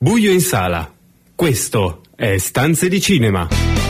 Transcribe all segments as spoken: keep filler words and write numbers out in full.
Buio in sala. Questo è Stanze di Cinema.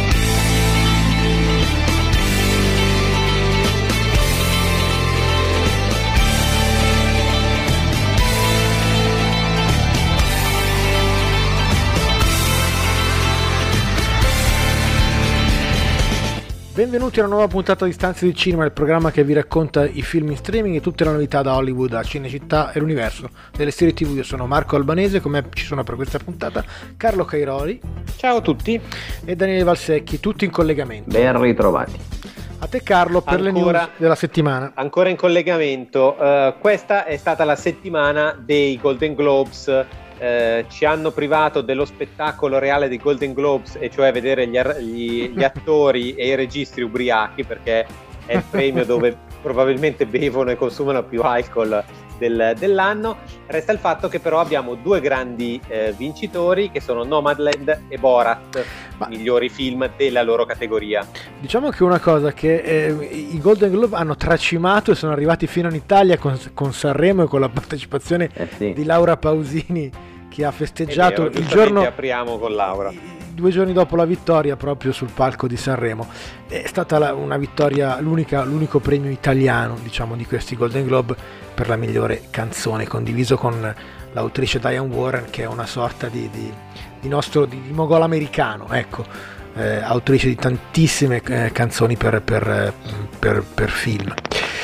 Benvenuti a una nuova puntata di Stanze di Cinema, il programma che vi racconta i film in streaming e tutte le novità da Hollywood a Cinecittà e l'universo delle serie tivù. Io sono Marco Albanese, con me ci sono per questa puntata Carlo Cairoli. Ciao a tutti. E Daniele Valsecchi, tutti in collegamento. Ben ritrovati. A te Carlo per ancora, le news della settimana. Ancora in collegamento. Uh, questa è stata la settimana dei Golden Globes. Uh, ci hanno privato dello spettacolo reale dei Golden Globes, e cioè vedere gli, ar- gli, gli attori e i registri ubriachi, perché è il premio dove probabilmente bevono e consumano più alcol del, dell'anno. Resta il fatto che però abbiamo due grandi eh, vincitori, che sono Nomadland e Borat, Ma... migliori film della loro categoria. Diciamo che una cosa che eh, i Golden Globe hanno tracimato e sono arrivati fino in Italia con, con Sanremo e con la partecipazione eh sì. di Laura Pausini, che ha festeggiato vero, il giorno, apriamo con Laura. due giorni dopo la vittoria, proprio sul palco di Sanremo. È stata la, una vittoria, l'unica, l'unico premio italiano, diciamo, di questi Golden Globe per la migliore canzone, condiviso con l'autrice Diane Warren, che è una sorta di, di, di nostro di, di mogol americano, ecco, eh, autrice di tantissime eh, canzoni per, per, per, per film.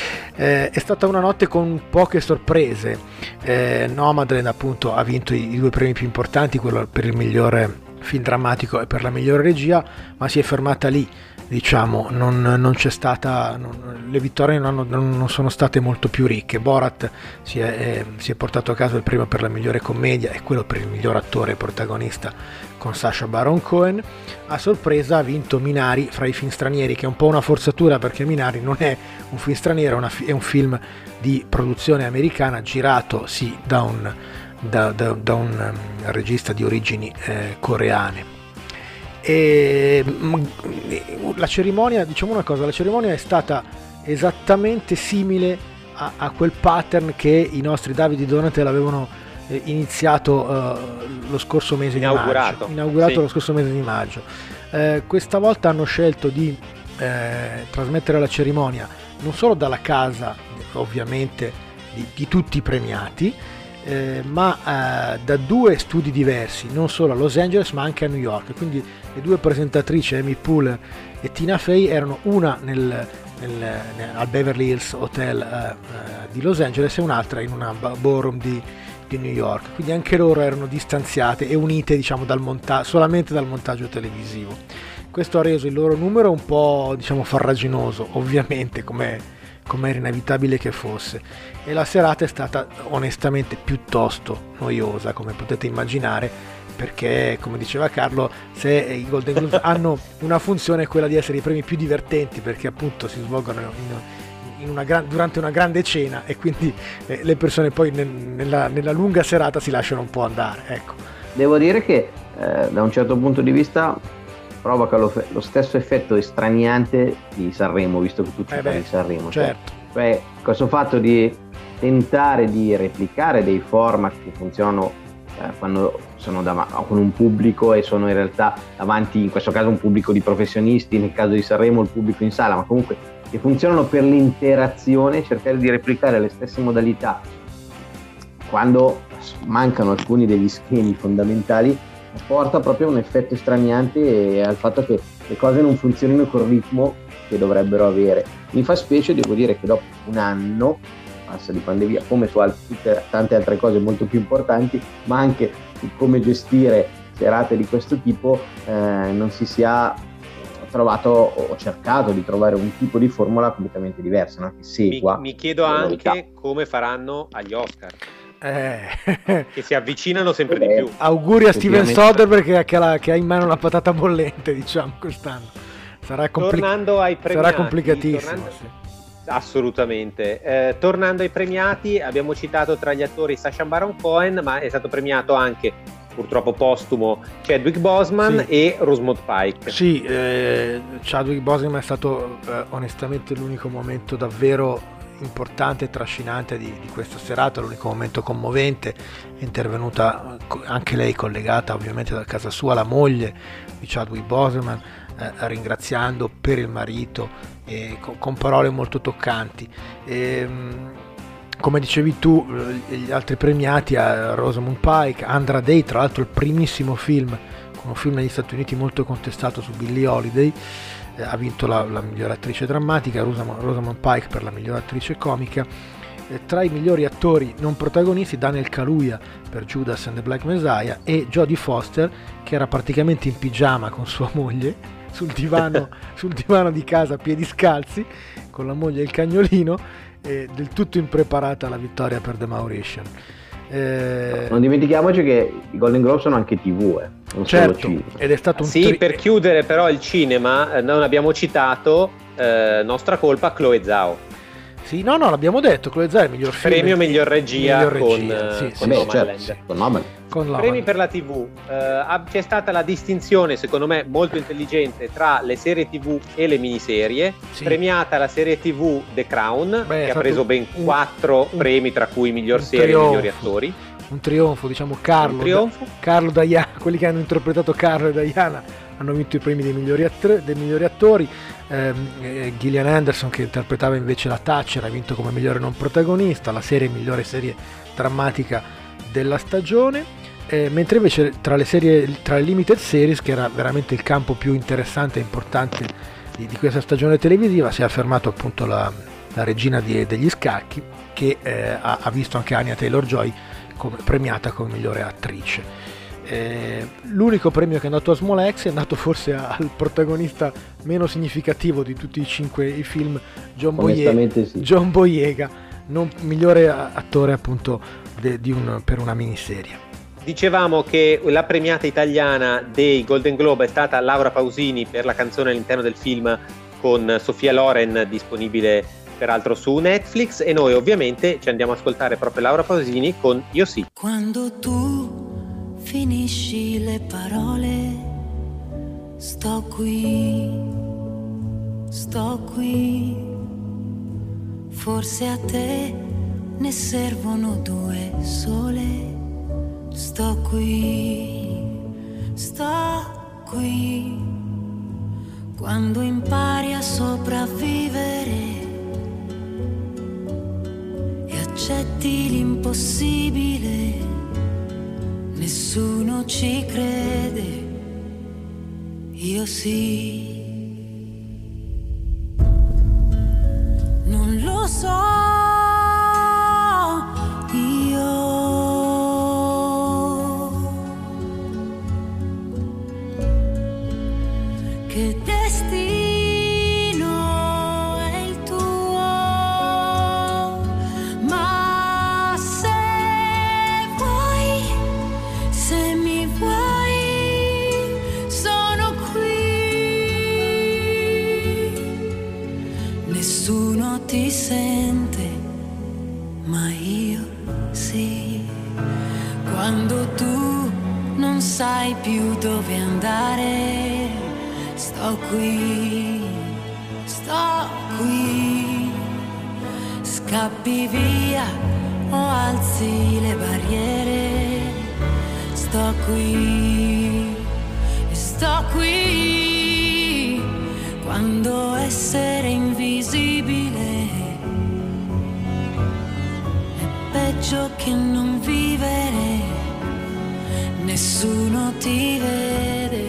Eh, è stata una notte con poche sorprese. eh, Nomadland appunto ha vinto i, i due premi più importanti, quello per il migliore film drammatico e per la migliore regia, ma si è fermata lì, diciamo. non, non c'è stata non, le vittorie non, hanno, non sono state molto più ricche. Borat si è, eh, si è portato a casa il premio per la migliore commedia e quello per il miglior attore protagonista con Sacha Baron Cohen. A sorpresa ha vinto Minari fra i film stranieri, che è un po' una forzatura, perché Minari non è un film straniero, è, una, è un film di produzione americana, girato sì da un, da, da, da un um, regista di origini eh, coreane. E la cerimonia, diciamo una cosa, la cerimonia è stata esattamente simile a, a quel pattern che i nostri Davide Donatel avevano eh, iniziato uh, lo scorso mese inaugurato. di maggio, inaugurato sì. lo scorso mese di maggio. Eh, questa volta hanno scelto di eh, trasmettere la cerimonia non solo dalla casa, ovviamente, di, di tutti i premiati, eh, ma eh, da due studi diversi, non solo a Los Angeles ma anche a New York. Quindi le due presentatrici, Amy Poehler e Tina Fey, erano una nel, nel, nel, al Beverly Hills Hotel eh, eh, di Los Angeles e un'altra in una ballroom di, di New York. Quindi anche loro erano distanziate e unite, diciamo, dal monta- solamente dal montaggio televisivo. Questo ha reso il loro numero un po', diciamo, farraginoso, ovviamente, come come era inevitabile che fosse, e la serata è stata onestamente piuttosto noiosa, come potete immaginare, perché, come diceva Carlo, se i Golden Globes hanno una funzione, è quella di essere i premi più divertenti, perché appunto si svolgono in, in una gran, durante una grande cena, e quindi eh, le persone poi nel, nella, nella lunga serata si lasciano un po' andare, ecco. Devo dire che eh, da un certo punto di vista provoca lo, lo stesso effetto estraniante di Sanremo, visto che tu ci eh parli di Sanremo. Certo. Cioè, cioè questo fatto di tentare di replicare dei format che funzionano eh, quando sono dav- con un pubblico e sono in realtà davanti, in questo caso un pubblico di professionisti, nel caso di Sanremo il pubblico in sala, ma comunque che funzionano per l'interazione, cercare di replicare le stesse modalità quando mancano alcuni degli schemi fondamentali, porta proprio a un effetto estraniante e al fatto che le cose non funzionino col ritmo che dovrebbero avere. Mi fa specie, devo dire, che dopo un anno passa di pandemia, come su al- tutte, tante altre cose molto più importanti, ma anche su come gestire serate di questo tipo, eh, non si sia trovato o cercato di trovare un tipo di formula completamente diversa, no? Che segua. Mi, mi chiedo anche novità. Come faranno agli Oscar. Eh. Che si avvicinano sempre eh, di più. Auguri a Steven Soderbergh che, ha, che ha in mano la patata bollente, diciamo, quest'anno. Sarà, compli- tornando ai premiati, sarà complicatissimo. Tornando... Sì. Assolutamente. Eh, tornando ai premiati, abbiamo citato tra gli attori Sacha Baron Cohen, ma è stato premiato anche, purtroppo postumo, Chadwick Boseman sì. e Rosamund Pike. Sì, eh, Chadwick Boseman è stato eh, onestamente l'unico momento davvero importante e trascinante di, di questa serata, l'unico momento commovente. È intervenuta anche lei, collegata ovviamente da casa sua, la moglie di Chadwick Boseman, eh, ringraziando per il marito e con, con parole molto toccanti. E, come dicevi tu, gli altri premiati a Rosamund Pike, Andra Day, tra l'altro il primissimo film, con un film negli Stati Uniti molto contestato su Billie Holiday, eh, ha vinto la, la migliore attrice drammatica, Rosamund, Rosamund Pike per la migliore attrice comica. Eh, tra i migliori attori non protagonisti, Daniel Kaluuya per Judas and the Black Messiah e Jodie Foster, che era praticamente in pigiama con sua moglie sul divano, sul divano di casa a piedi scalzi, con la moglie e il cagnolino, eh, del tutto impreparata alla vittoria per The Mauritian. Eh... Non dimentichiamoci che i Golden Globe sono anche tivù, eh, non certo, solo cinema. Ed è stato un sì, tri- per chiudere però il cinema, eh, non abbiamo citato, eh, nostra colpa, Chloe Zhao. Sì, no, no, l'abbiamo detto, Chloe Zhao è il miglior film. Premio miglior regia, miglior con, regia, sì, con sì, Beh, Nomadland. certo, sì, con Nomadland. Con Premi Nomadland. per la tivù, eh, c'è stata la distinzione, secondo me molto intelligente, tra le serie tivù e le miniserie. Sì. Premiata la serie tivù The Crown, Beh, è che ha stato preso ben un- quattro un- premi, tra cui miglior un serie e trionfo. migliori attori. Un trionfo, diciamo. Carlo, Un trionfo? Da- Carlo Diana, quelli che hanno interpretato Carlo e Diana hanno vinto i premi dei migliori, attri- dei migliori attori. ehm, eh, Gillian Anderson, che interpretava invece la Thatcher, ha vinto come migliore non protagonista, la serie migliore serie drammatica della stagione. Eh, mentre invece tra le serie, tra le limited series, che era veramente il campo più interessante e importante di, di questa stagione televisiva, si è affermato appunto la, la regina di, degli scacchi, che eh, ha, ha visto anche Anya Taylor-Joy come, premiata come migliore attrice. Eh, l'unico premio che è andato a Small Axe è andato forse al protagonista meno significativo di tutti i cinque i film, John Boyega, Onestamente sì. John Boyega, non migliore attore appunto de, di un, per una miniserie. Dicevamo che la premiata italiana dei Golden Globe è stata Laura Pausini per la canzone all'interno del film con Sofia Loren, disponibile peraltro su Netflix, e noi ovviamente ci andiamo a ascoltare proprio Laura Pausini con Io sì. Quando tu finisci le parole, sto qui, sto qui, forse a te ne servono due sole, sto qui, sto qui, quando impari a sopravvivere e accetti l'impossibile. Nessuno ci crede, io sì. Non lo so, io che destino è il tuo, ma se vuoi, se mi vuoi, sono qui. Nessuno ti sente, ma io sì. Quando tu non sai più dove andare, sto qui, sto qui. Scappi via o alzi le barriere, sto qui, sto qui. Quando essere invisibile è peggio che non vivere, nessuno ti vede,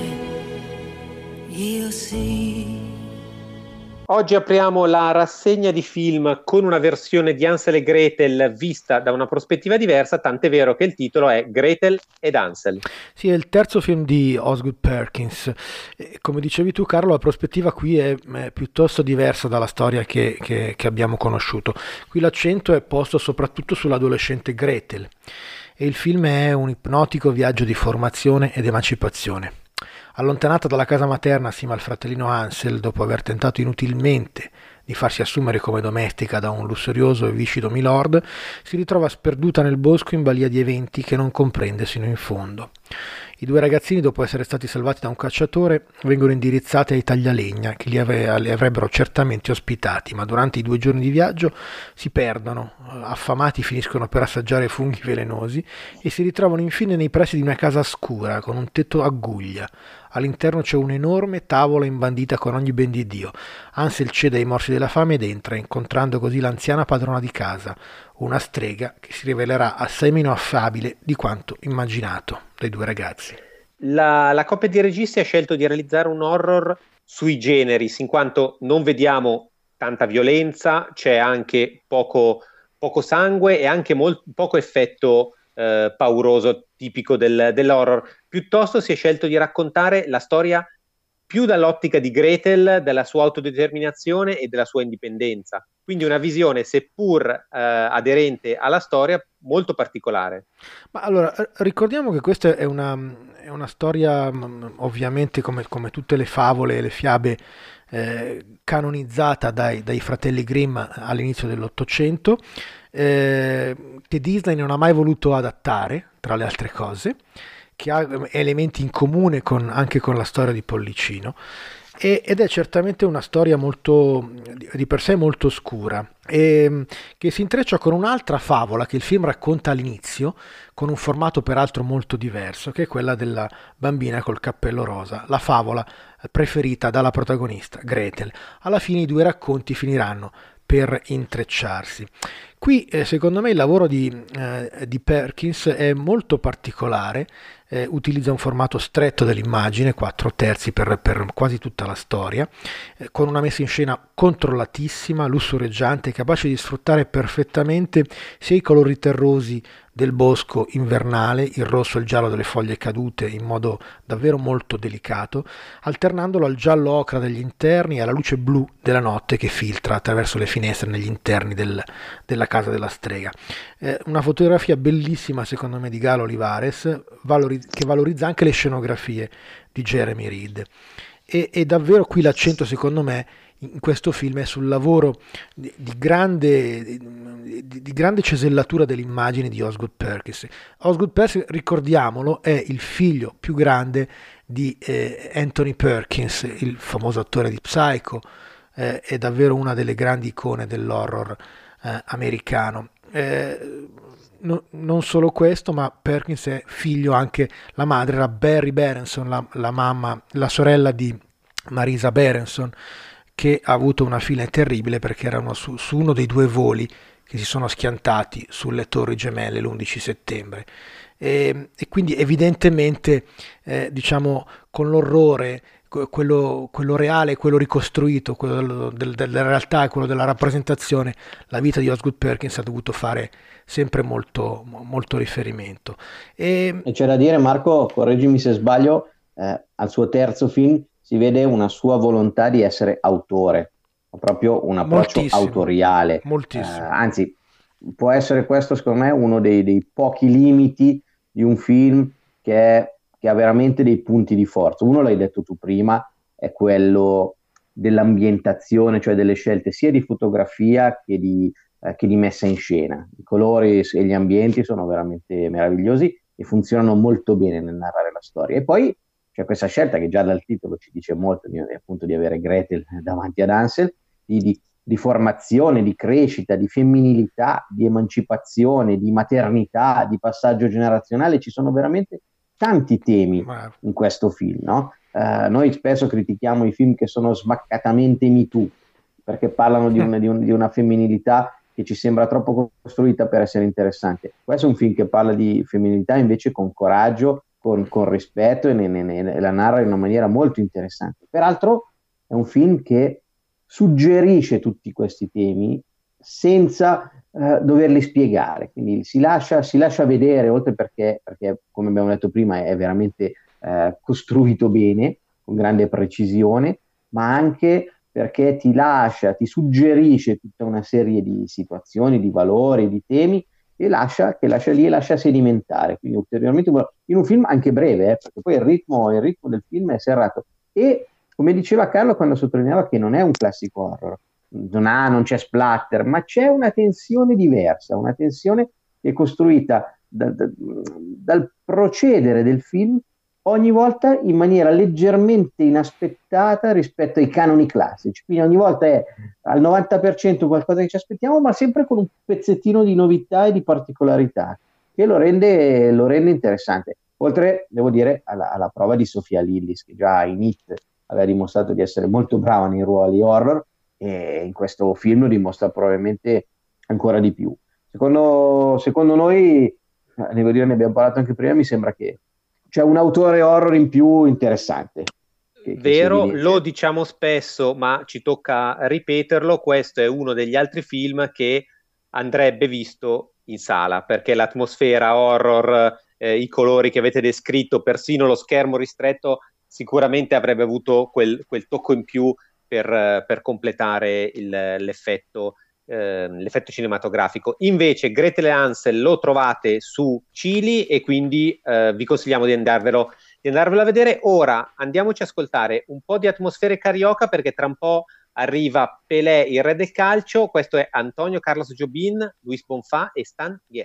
io sì. Oggi apriamo la rassegna di film con una versione di Hansel e Gretel vista da una prospettiva diversa, tant'è vero che il titolo è Gretel ed Hansel. Sì, è il terzo film di Osgood Perkins. E come dicevi tu, Carlo, la prospettiva qui è, è piuttosto diversa dalla storia che, che, che abbiamo conosciuto. Qui l'accento è posto soprattutto sull'adolescente Gretel e il film è un ipnotico viaggio di formazione ed emancipazione. Allontanata dalla casa materna assieme al fratellino Hansel, dopo aver tentato inutilmente di farsi assumere come domestica da un lussurioso e viscido milord, si ritrova sperduta nel bosco in balia di eventi che non comprende sino in fondo. I due ragazzini, dopo essere stati salvati da un cacciatore, vengono indirizzati ai taglialegna che li, ave- li avrebbero certamente ospitati, ma durante i due giorni di viaggio si perdono, affamati finiscono per assaggiare funghi velenosi e si ritrovano infine nei pressi di una casa scura con un tetto a guglia. All'interno c'è un'enorme tavola imbandita con ogni ben di Dio. Ansel cede ai morsi della fame ed entra, incontrando così l'anziana padrona di casa, una strega che si rivelerà assai meno affabile di quanto immaginato dai due ragazzi. La, la coppia di registi ha scelto di realizzare un horror sui generis, in quanto non vediamo tanta violenza, c'è anche poco, poco sangue e anche molt, poco effetto eh, pauroso tipico del, dell'horror. Piuttosto si è scelto di raccontare la storia più dall'ottica di Gretel, della sua autodeterminazione e della sua indipendenza. Quindi una visione, seppur eh, aderente alla storia, molto particolare. Ma allora, ricordiamo che questa è una, è una storia, ovviamente come, come tutte le favole e le fiabe, eh, canonizzata dai, dai fratelli Grimm all'inizio dell'Ottocento, eh, che Disney non ha mai voluto adattare, tra le altre cose, che ha elementi in comune con, anche con la storia di Pollicino, e, ed è certamente una storia molto, di per sé molto scura, e, che si intreccia con un'altra favola che il film racconta all'inizio, con un formato peraltro molto diverso, che è quella della bambina col cappello rosa, la favola preferita dalla protagonista, Gretel. Alla fine i due racconti finiranno per intrecciarsi. Qui eh, secondo me il lavoro di, eh, di Perkins è molto particolare, eh, utilizza un formato stretto dell'immagine, quattro terzi per, per quasi tutta la storia, eh, con una messa in scena controllatissima, lussureggiante, capace di sfruttare perfettamente sia i colori terrosi del bosco invernale, il rosso e il giallo delle foglie cadute in modo davvero molto delicato, alternandolo al giallo ocra degli interni e alla luce blu della notte che filtra attraverso le finestre negli interni del, della casa della strega. Eh, una fotografia bellissima secondo me di Galo Olivares, valori- che valorizza anche le scenografie di Jeremy Reed. E, e davvero qui l'accento secondo me in questo film è sul lavoro di, di, grande, di, di grande cesellatura dell'immagine di Osgood Perkins. Osgood Perkins, ricordiamolo, è il figlio più grande di eh, Anthony Perkins, il famoso attore di Psycho, eh, è davvero una delle grandi icone dell'horror eh, americano. Eh, no, non solo questo, ma Perkins è figlio anche, la madre era Barry Berenson, la, la mamma, la sorella di Marisa Berenson, che ha avuto una fine terribile perché erano su, su uno dei due voli che si sono schiantati sulle torri gemelle l'undici settembre. E, e quindi evidentemente eh, diciamo con l'orrore, quello, quello reale, quello ricostruito, quello del, della realtà e quello della rappresentazione, la vita di Osgood Perkins ha dovuto fare sempre molto, molto riferimento. E, e c'è da dire, Marco, correggimi se sbaglio, eh, al suo terzo film si vede una sua volontà di essere autore, proprio un approccio moltissimo, autoriale. Moltissimo. Eh, anzi, può essere questo, secondo me, uno dei, dei pochi limiti di un film che, è, che ha veramente dei punti di forza. Uno, l'hai detto tu prima, è quello dell'ambientazione, cioè delle scelte sia di fotografia che di, eh, che di messa in scena. I colori e gli ambienti sono veramente meravigliosi e funzionano molto bene nel narrare la storia. E poi c'è questa scelta che già dal titolo ci dice molto, di, appunto di avere Gretel davanti ad Ansel, di, di, di formazione, di crescita, di femminilità, di emancipazione, di maternità, di passaggio generazionale. Ci sono veramente tanti temi in questo film, no? Uh, noi spesso critichiamo i film che sono smaccatamente Me Too, perché parlano di, un, di, un, di una femminilità che ci sembra troppo costruita per essere interessante. Questo è un film che parla di femminilità invece con coraggio, Con, con rispetto e, ne, ne, ne, la narra in una maniera molto interessante. Peraltro è un film che suggerisce tutti questi temi senza eh, doverli spiegare, quindi si lascia, si lascia vedere, oltre perché, perché come abbiamo detto prima è veramente eh, costruito bene, con grande precisione, ma anche perché ti lascia, ti suggerisce tutta una serie di situazioni, di valori, di temi e lascia, che lascia lì e lascia sedimentare, quindi ulteriormente in un film anche breve, eh, perché poi il ritmo, il ritmo del film è serrato e come diceva Carlo quando sottolineava che non è un classico horror, non, ha, non c'è splatter, ma c'è una tensione diversa, una tensione che è costruita da, da, dal procedere del film ogni volta in maniera leggermente inaspettata rispetto ai canoni classici, quindi ogni volta è al novanta per cento qualcosa che ci aspettiamo, ma sempre con un pezzettino di novità e di particolarità che lo rende, lo rende interessante. Oltre, devo dire, alla, alla prova di Sofia Lillis, che già in It aveva dimostrato di essere molto brava nei ruoli horror, e in questo film lo dimostra probabilmente ancora di più. Secondo, secondo noi, devo dire, ne abbiamo parlato anche prima, mi sembra che c'è un autore horror in più interessante. Che, Vero, che lo diciamo spesso, ma ci tocca ripeterlo, questo è uno degli altri film che andrebbe visto in sala, perché l'atmosfera horror, eh, i colori che avete descritto, persino lo schermo ristretto, sicuramente avrebbe avuto quel, quel tocco in più per, per completare il, l'effetto, eh, l'effetto cinematografico. Invece Gretel e Hansel lo trovate su Cili e quindi eh, vi consigliamo di andarvelo, di andarvelo a vedere. Ora andiamoci a ascoltare un po' di atmosfere carioca, perché tra un po' arriva Pelé, il re del calcio. Questo è Antonio Carlos Jobim, Luis Bonfà e Stan Getz.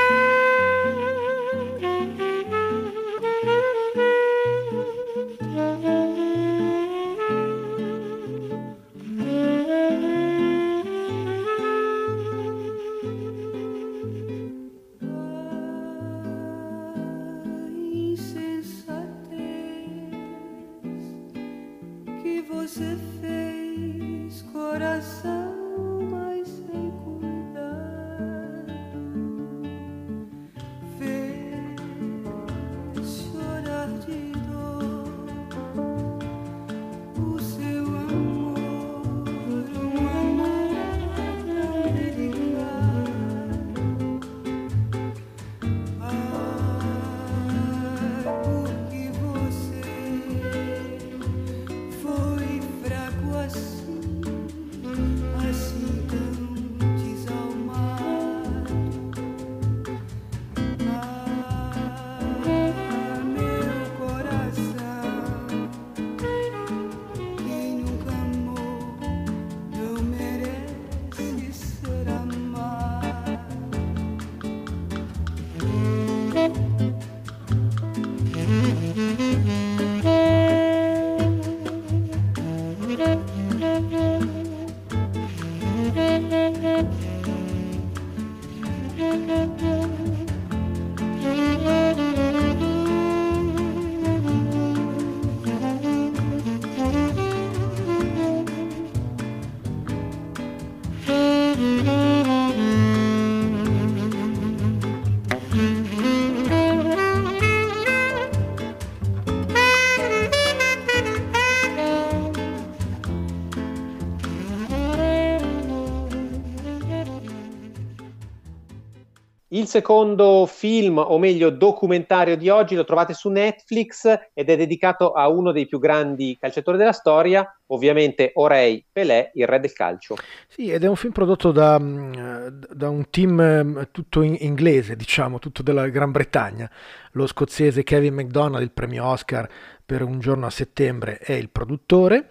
Você fez, coração, mas sem cuidado, fez chorar de dor o seu amor, um amor tão delicado. Ah, porque você foi fraco assim, assim tão desalmado. Ah, meu coração, quem nunca amou não merece ser amado. Il secondo film, o meglio documentario di oggi, lo trovate su Netflix ed è dedicato a uno dei più grandi calciatori della storia, ovviamente Orei Pelé, il re del calcio. Sì, ed è un film prodotto da, da un team tutto in inglese, diciamo, tutto della Gran Bretagna. Lo scozzese Kevin MacDonald, il premio Oscar per Un giorno a settembre, è il produttore.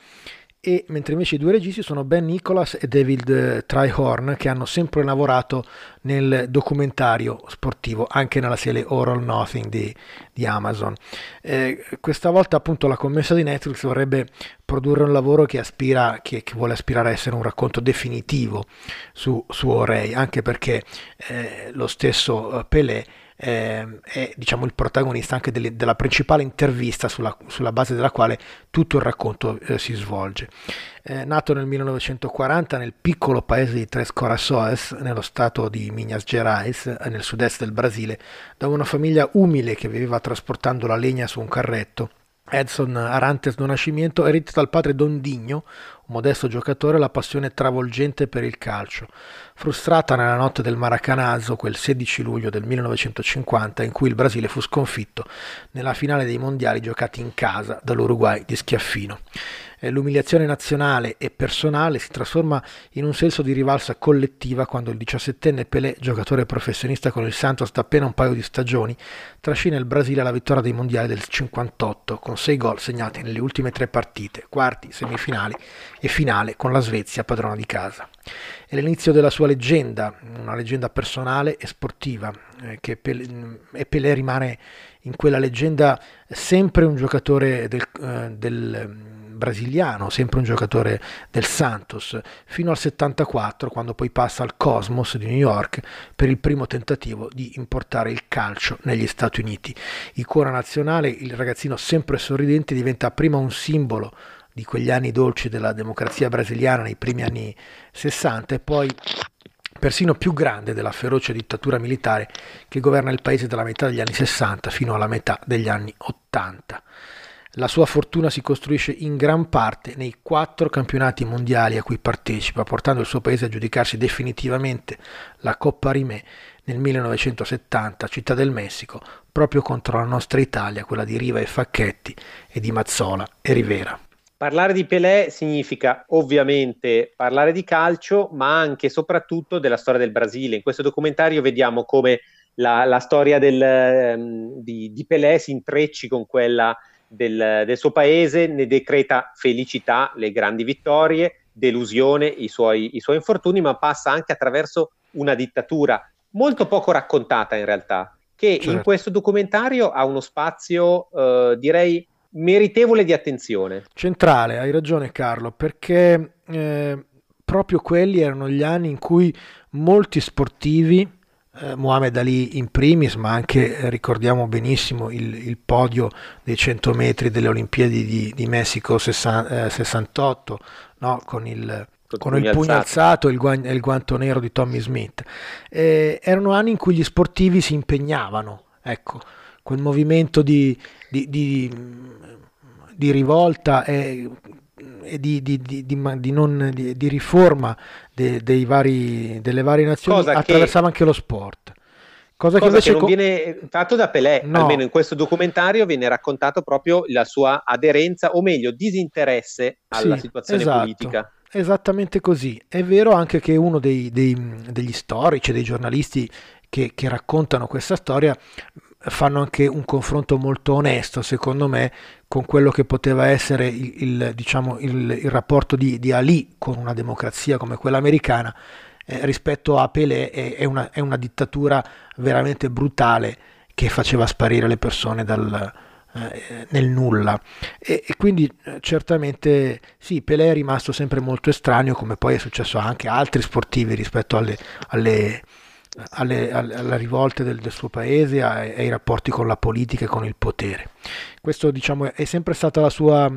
E mentre invece i due registi sono Ben Nicholas e David Tryhorn, che hanno sempre lavorato nel documentario sportivo, anche nella serie All or Nothing di, di Amazon. Eh, questa volta appunto la commessa di Netflix vorrebbe produrre un lavoro che aspira, che, che vuole aspirare a essere un racconto definitivo su, su O'Reilly, anche perché eh, lo stesso Pelé Eh, è diciamo il protagonista anche delle, della principale intervista sulla, sulla base della quale tutto il racconto eh, si svolge. Eh, nato nel millenovecentoquaranta nel piccolo paese di Tres Corazones, nello stato di Minas Gerais, nel sud-est del Brasile, da una famiglia umile che viveva trasportando la legna su un carretto, Edson Arantes do Nascimento eredita dal padre Don Digno, un modesto giocatore, la passione travolgente per il calcio. Frustrata nella notte del Maracanazo, quel sedici luglio del millenovecentocinquanta, in cui il Brasile fu sconfitto nella finale dei mondiali giocati in casa dall'Uruguay di Schiaffino. L'umiliazione nazionale e personale si trasforma in un senso di rivalsa collettiva quando il diciassettenne Pelé, giocatore professionista con il Santos da appena un paio di stagioni, trascina il Brasile alla vittoria dei mondiali del cinquantotto con sei gol segnati nelle ultime tre partite, quarti, semifinali e finale con la Svezia padrona di casa. È l'inizio della sua leggenda, una leggenda personale e sportiva, eh, che Pelé, e Pelé rimane in quella leggenda sempre un giocatore del, eh, del brasiliano, sempre un giocatore del Santos, fino al settantaquattro, quando poi passa al Cosmos di New York per il primo tentativo di importare il calcio negli Stati Uniti. Icona nazionale, il ragazzino sempre sorridente diventa prima un simbolo di quegli anni dolci della democrazia brasiliana nei primi anni sessanta e poi persino più grande della feroce dittatura militare che governa il paese dalla metà degli anni sessanta fino alla metà degli anni ottanta. La sua fortuna si costruisce in gran parte nei quattro campionati mondiali a cui partecipa, portando il suo paese a giudicarsi definitivamente la Coppa Rimè nel millenovecentosettanta a Città del Messico, proprio contro la nostra Italia, quella di Riva e Facchetti e di Mazzola e Rivera. Parlare di Pelé significa ovviamente parlare di calcio, ma anche e soprattutto della storia del Brasile. In questo documentario vediamo come la, la storia del, um, di, di Pelé si intrecci con quella del, del suo paese, ne decreta felicità, le grandi vittorie, delusione, i suoi, i suoi infortuni, ma passa anche attraverso una dittatura molto poco raccontata in realtà, che certo. In questo documentario ha uno spazio, eh, direi, meritevole di attenzione. Centrale, hai ragione Carlo, perché eh, proprio quelli erano gli anni in cui molti sportivi, eh, Muhammad Ali in primis, ma anche eh, ricordiamo benissimo il, il podio dei cento metri delle Olimpiadi di, di Messico sessantotto, no? con il con il pugno alzato e il, guan- il guanto nero di Tommy Smith. Eh, erano anni in cui gli sportivi si impegnavano, ecco, quel movimento di, di, di, di rivolta e, e di, di, di, di, di, non, di, di riforma de, dei vari, delle varie nazioni cosa attraversava che, anche lo sport. Cosa, cosa che invece che non co- viene fatto da Pelé, no. Almeno in questo documentario viene raccontato proprio la sua aderenza, o meglio disinteresse alla sì, situazione esatto. politica. Esattamente così. È vero anche che uno dei, dei, degli storici, dei giornalisti che, che raccontano questa storia fanno anche un confronto molto onesto, secondo me, con quello che poteva essere il, il, diciamo, il, il rapporto di, di Ali con una democrazia come quella americana eh, rispetto a Pelé. È, è, una, è una dittatura veramente brutale che faceva sparire le persone dal Eh, nel nulla e, e quindi eh, certamente sì, Pelé è rimasto sempre molto estraneo, come poi è successo anche a altri sportivi rispetto alle, alle, alle, alle, alle rivolte del, del suo paese, ai, ai rapporti con la politica e con il potere. Questo diciamo è sempre stata la sua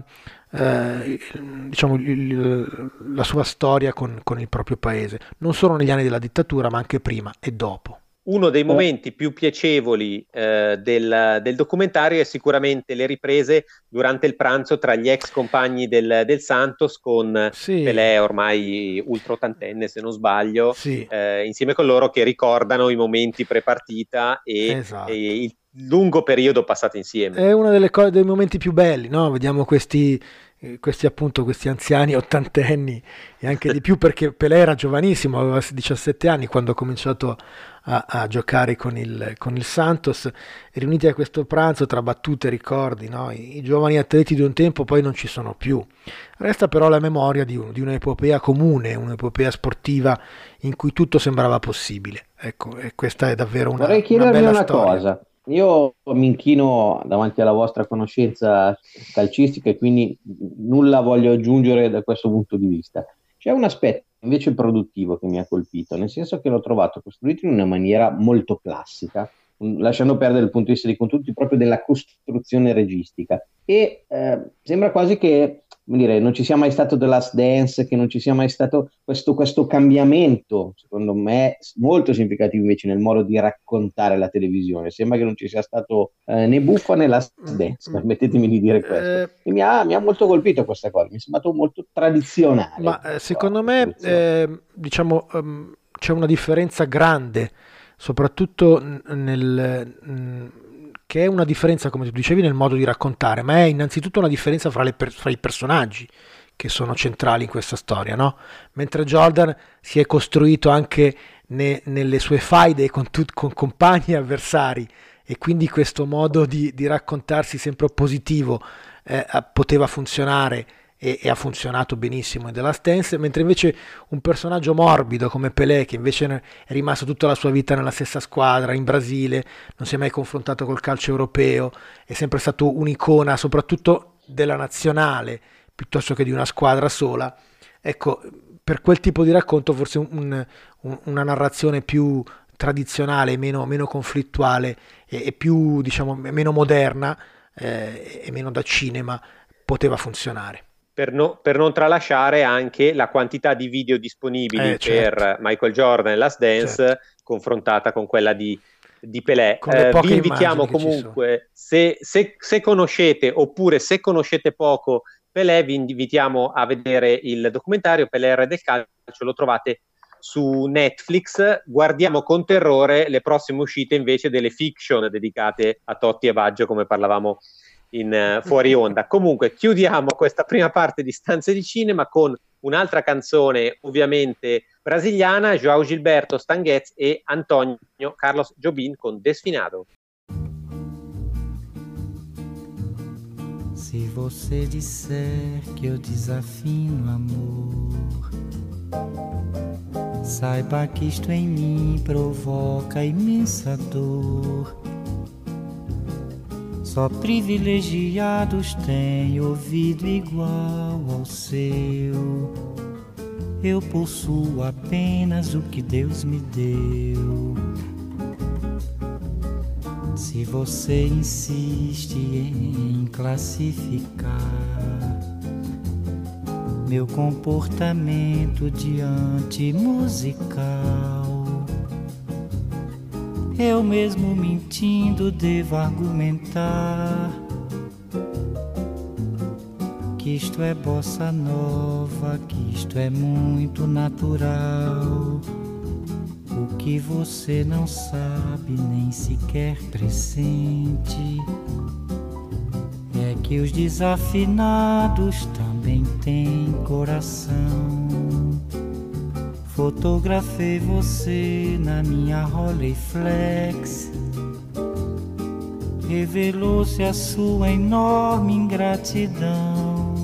eh, diciamo il, la sua storia con, con il proprio paese, non solo negli anni della dittatura ma anche prima e dopo. Uno dei momenti più piacevoli eh, del, del documentario è sicuramente le riprese durante il pranzo tra gli ex compagni del, del Santos con sì. Pelé, ormai ultra ottantenne se non sbaglio, sì. eh, insieme con loro, che ricordano i momenti pre-partita e, esatto. e il lungo periodo passato insieme. È uno delle co- dei momenti più belli, no? Vediamo questi questi appunto questi anziani ottantenni e anche di più, perché Pelé era giovanissimo, aveva diciassette anni quando ha cominciato a, a giocare con il, con il Santos, riuniti a questo pranzo tra battute e ricordi, no? I, i giovani atleti di un tempo poi non ci sono più, resta però la memoria di, un, di un'epopea comune, un'epopea sportiva in cui tutto sembrava possibile, ecco, e questa è davvero una, vorrei chiedervi una bella una storia. cosa. Io mi inchino davanti alla vostra conoscenza calcistica e quindi nulla voglio aggiungere da questo punto di vista. C'è un aspetto invece produttivo che mi ha colpito, nel senso che l'ho trovato costruito in una maniera molto classica, lasciando perdere il punto di vista dei contenuti, proprio della costruzione registica, e eh, sembra quasi che, come dire, non ci sia mai stato The Last Dance, che non ci sia mai stato questo, questo cambiamento, secondo me molto significativo invece nel modo di raccontare la televisione. Sembra che non ci sia stato eh, né buffa né Last Dance, permettetemi di dire questo, eh, e mi ha, mi ha molto colpito questa cosa, mi è sembrato molto tradizionale. Ma eh, secondo me eh, diciamo um, c'è una differenza grande, soprattutto nel mh, che è una differenza, come tu dicevi, nel modo di raccontare, ma è innanzitutto una differenza fra, le per, fra i personaggi che sono centrali in questa storia, no? Mentre Jordan si è costruito anche ne, nelle sue faide con, tut, con compagni e avversari, e quindi questo modo di, di raccontarsi sempre positivo eh, poteva funzionare e, e ha funzionato benissimo in The Last Dance, mentre invece un personaggio morbido come Pelé, che invece è rimasto tutta la sua vita nella stessa squadra in Brasile, non si è mai confrontato col calcio europeo, è sempre stato un'icona soprattutto della nazionale piuttosto che di una squadra sola. Ecco, per quel tipo di racconto forse un, un, una narrazione più tradizionale, meno, meno conflittuale e, e più, diciamo, meno moderna eh, e meno da cinema poteva funzionare. Per, no, per non tralasciare anche la quantità di video disponibili eh, certo. per Michael Jordan e Last Dance, certo, confrontata con quella di, di Pelé. Eh, vi invitiamo comunque, se, se, se conoscete oppure se conoscete poco Pelé, vi invitiamo a vedere il documentario Pelé Re del Calcio, lo trovate su Netflix. Guardiamo con terrore le prossime uscite invece delle fiction dedicate a Totti e Baggio, come parlavamo in uh, fuori onda. Comunque chiudiamo questa prima parte di Stanze di Cinema con un'altra canzone ovviamente brasiliana, João Gilberto, Stan Getz e Antonio Carlos Jobim con Desfinado. Se você disser que eu desafino amor, saiba que isto em mim provoca imensa dor. Só privilegiados têm ouvido igual ao seu. Eu possuo apenas o que Deus me deu. Se você insiste em classificar meu comportamento diante musical, eu mesmo mentindo devo argumentar que isto é bossa nova, que isto é muito natural. O que você não sabe nem sequer pressente é que os desafinados também têm coração. Fotografei você na minha Rolleiflex, revelou-se a sua enorme ingratidão.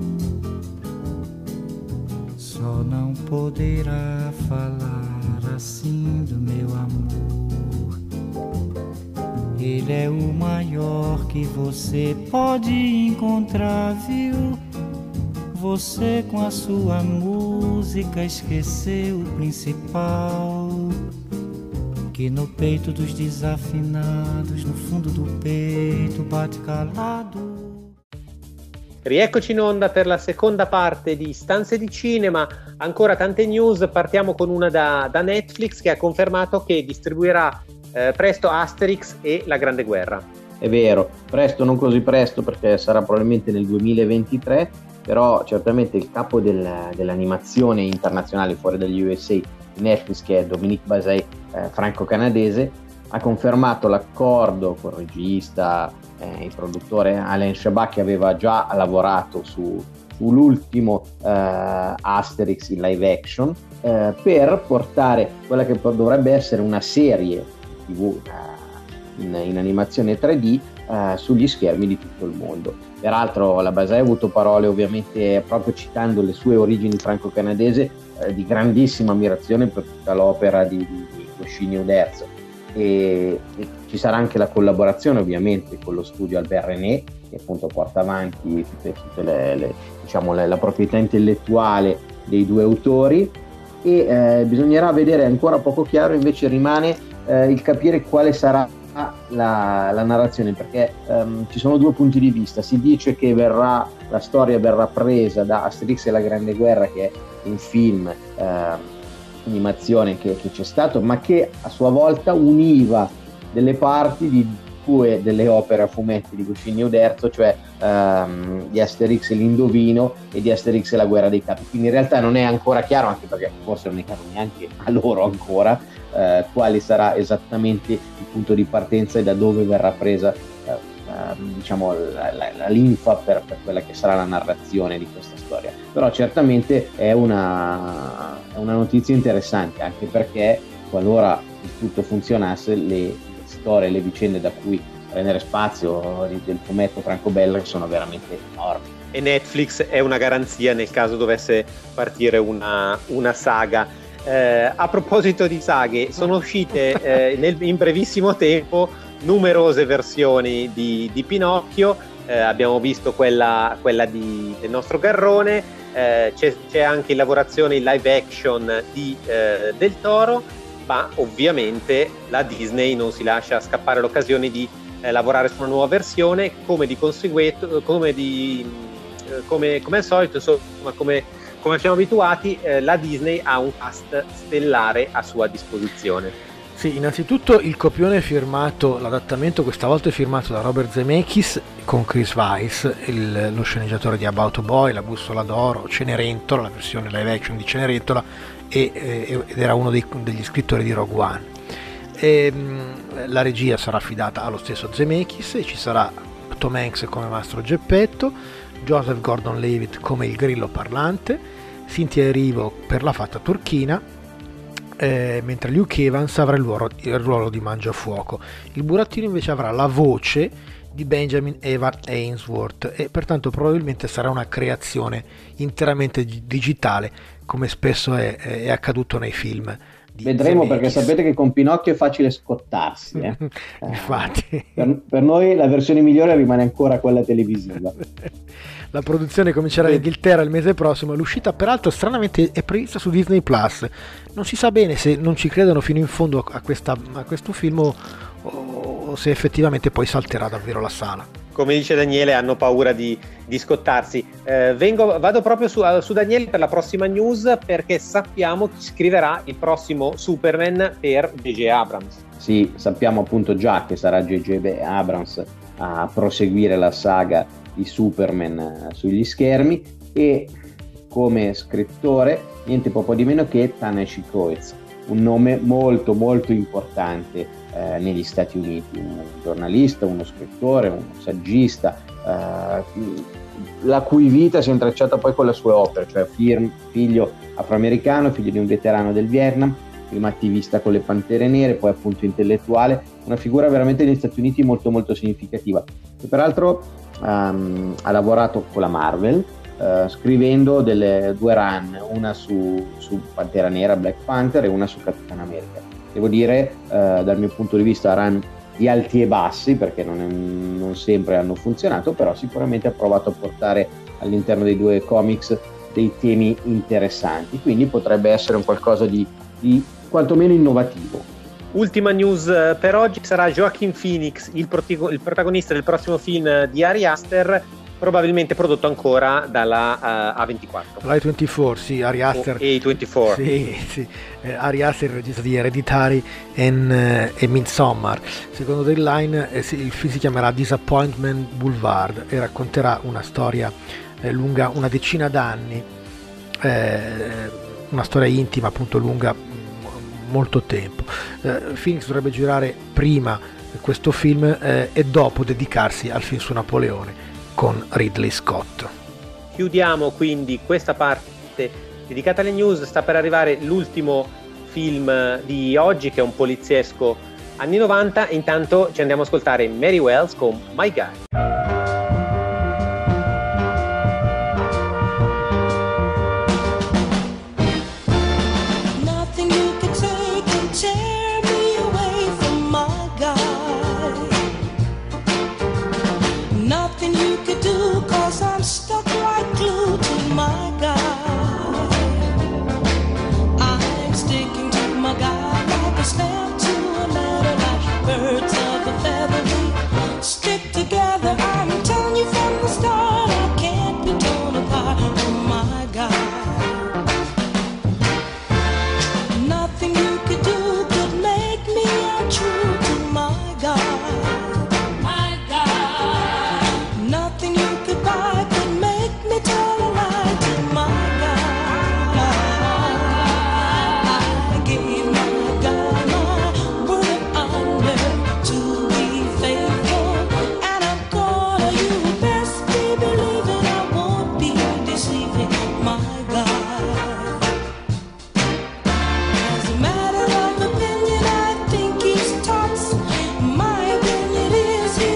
Só não poderá falar assim do meu amor. Ele é o maior que você pode encontrar, viu? Você com a sua música esqueceu o principal, que no peito dos desafinados, no fundo do peito bate calado. Rieccoci in onda per la seconda parte di Stanze di Cinema. Ancora tante news, partiamo con una da, da Netflix, che ha confermato che distribuirà eh, presto Asterix e La Grande Guerra. È vero, presto, non così presto perché sarà probabilmente nel duemilaventitré, però certamente il capo del, dell'animazione internazionale fuori dagli U S A di Netflix, che è Dominique Bazay, eh, franco-canadese, ha confermato l'accordo con il regista, eh, il produttore Alain Chabat, che aveva già lavorato su, sull'ultimo eh, Asterix in live action, eh, per portare quella che dovrebbe essere una serie tivù eh, in, in animazione tre D eh, sugli schermi di tutto il mondo. Peraltro la Bazay ha avuto parole, ovviamente proprio citando le sue origini franco-canadese, eh, di grandissima ammirazione per tutta l'opera di, di, di Goscinny Uderzo. E, e ci sarà anche la collaborazione ovviamente con lo studio Albert René, che appunto porta avanti tutte, tutte le, le, diciamo, le, la proprietà intellettuale dei due autori, e eh, bisognerà vedere, ancora poco chiaro invece rimane eh, il capire quale sarà la, la narrazione, perché um, ci sono due punti di vista. Si dice che verrà, la storia verrà presa da Asterix e la Grande Guerra, che è un film eh, animazione che, che c'è stato, ma che a sua volta univa delle parti di due delle opere a fumetti di Goscinny Uderzo, cioè um, di Asterix e l'Indovino e di Asterix e la Guerra dei Capi. Quindi in realtà non è ancora chiaro, anche perché forse non è chiaro neanche a loro ancora, uh, quale sarà esattamente il punto di partenza e da dove verrà presa uh, uh, diciamo la, la, la linfa per, per quella che sarà la narrazione di questa storia. Però certamente è una, è una notizia interessante, anche perché qualora il tutto funzionasse, le storie, le vicende da cui prendere spazio di, del fumetto franco-belga, che sono veramente enormi. E Netflix è una garanzia nel caso dovesse partire una, una saga. Eh, a proposito di saghe, sono uscite eh, nel, in brevissimo tempo numerose versioni di, di Pinocchio. Eh, abbiamo visto quella, quella di, del nostro Garrone, eh, c'è, c'è anche in lavorazione il live action di eh, Del Toro, ma ovviamente la Disney non si lascia scappare l'occasione di eh, lavorare su una nuova versione, come di conseguenza, come, di, eh, come, come al solito, insomma, come, come siamo abituati, eh, la Disney ha un cast stellare a sua disposizione. Sì, innanzitutto il copione è firmato, l'adattamento questa volta è firmato da Robert Zemeckis con Chris Weiss, il, lo sceneggiatore di About a Boy, La bussola d'oro, Cenerentola, la versione live action di Cenerentola, e, e, ed era uno dei, degli scrittori di Rogue One. E, mh, la regia sarà affidata allo stesso Zemeckis e ci sarà Tom Hanks come Mastro Geppetto, Joseph Gordon-Levitt come il grillo parlante, Cynthia Erivo per la fatta turchina, Eh, mentre Luke Evans avrà il ruolo, il ruolo di Mangiafuoco. Il burattino invece avrà la voce di Benjamin Evan Ainsworth e pertanto probabilmente sarà una creazione interamente digitale, come spesso è, è accaduto nei film di Vedremo, Zemeckis. perché sapete che con Pinocchio è facile scottarsi, eh? Infatti per, per noi la versione migliore rimane ancora quella televisiva. La produzione comincerà in Inghilterra il mese prossimo, l'uscita peraltro stranamente è prevista su Disney Plus. Non si sa bene se non ci credono fino in fondo a, questa, a questo film o, o se effettivamente poi salterà davvero la sala. Come dice Daniele, hanno paura di, di scottarsi. Eh, vengo, vado proprio su, su Daniele per la prossima news, perché sappiamo chi scriverà il prossimo Superman per J J Abrams. Sì, sappiamo appunto già che sarà J J Abrams a proseguire la saga di Superman sugli schermi, e come scrittore niente poco di meno che Ta-Nehisi Coates, un nome molto molto importante eh, negli Stati Uniti, un giornalista, uno scrittore, uno saggista, eh, la cui vita si è intrecciata poi con le sue opere, cioè figlio afroamericano, figlio di un veterano del Vietnam, prima attivista con le Pantere Nere, poi appunto intellettuale, una figura veramente negli Stati Uniti molto molto significativa, che peraltro um, ha lavorato con la Marvel, uh, scrivendo delle due run, una su, su Pantera Nera, Black Panther, e una su Capitan America. Devo dire, uh, dal mio punto di vista, run di alti e bassi, perché non, è, non sempre hanno funzionato, però sicuramente ha provato a portare all'interno dei due comics dei temi interessanti, quindi potrebbe essere un qualcosa di, di quantomeno innovativo. Ultima news per oggi sarà Joaquin Phoenix, il, protigo- il protagonista del prossimo film di Ari Aster, probabilmente prodotto ancora dalla uh, A ventiquattro. La A ventiquattro, sì, Ari Aster. O A ventiquattro. Sì, sì. Eh, Ari Aster, il regista di Hereditary and, uh, e Midsommar. Secondo Deadline eh, sì, il film si chiamerà Disappointment Boulevard e racconterà una storia eh, lunga una decina d'anni, eh, una storia intima, appunto, lunga molto tempo. Eh, Phoenix dovrebbe girare prima questo film eh, e dopo dedicarsi al film su Napoleone con Ridley Scott. Chiudiamo quindi questa parte dedicata alle news. Sta per arrivare l'ultimo film di oggi, che è un poliziesco anni novanta. Intanto ci andiamo ad ascoltare Mary Wells con My Guy. As a matter of opinion, I think he's tops. My opinion is he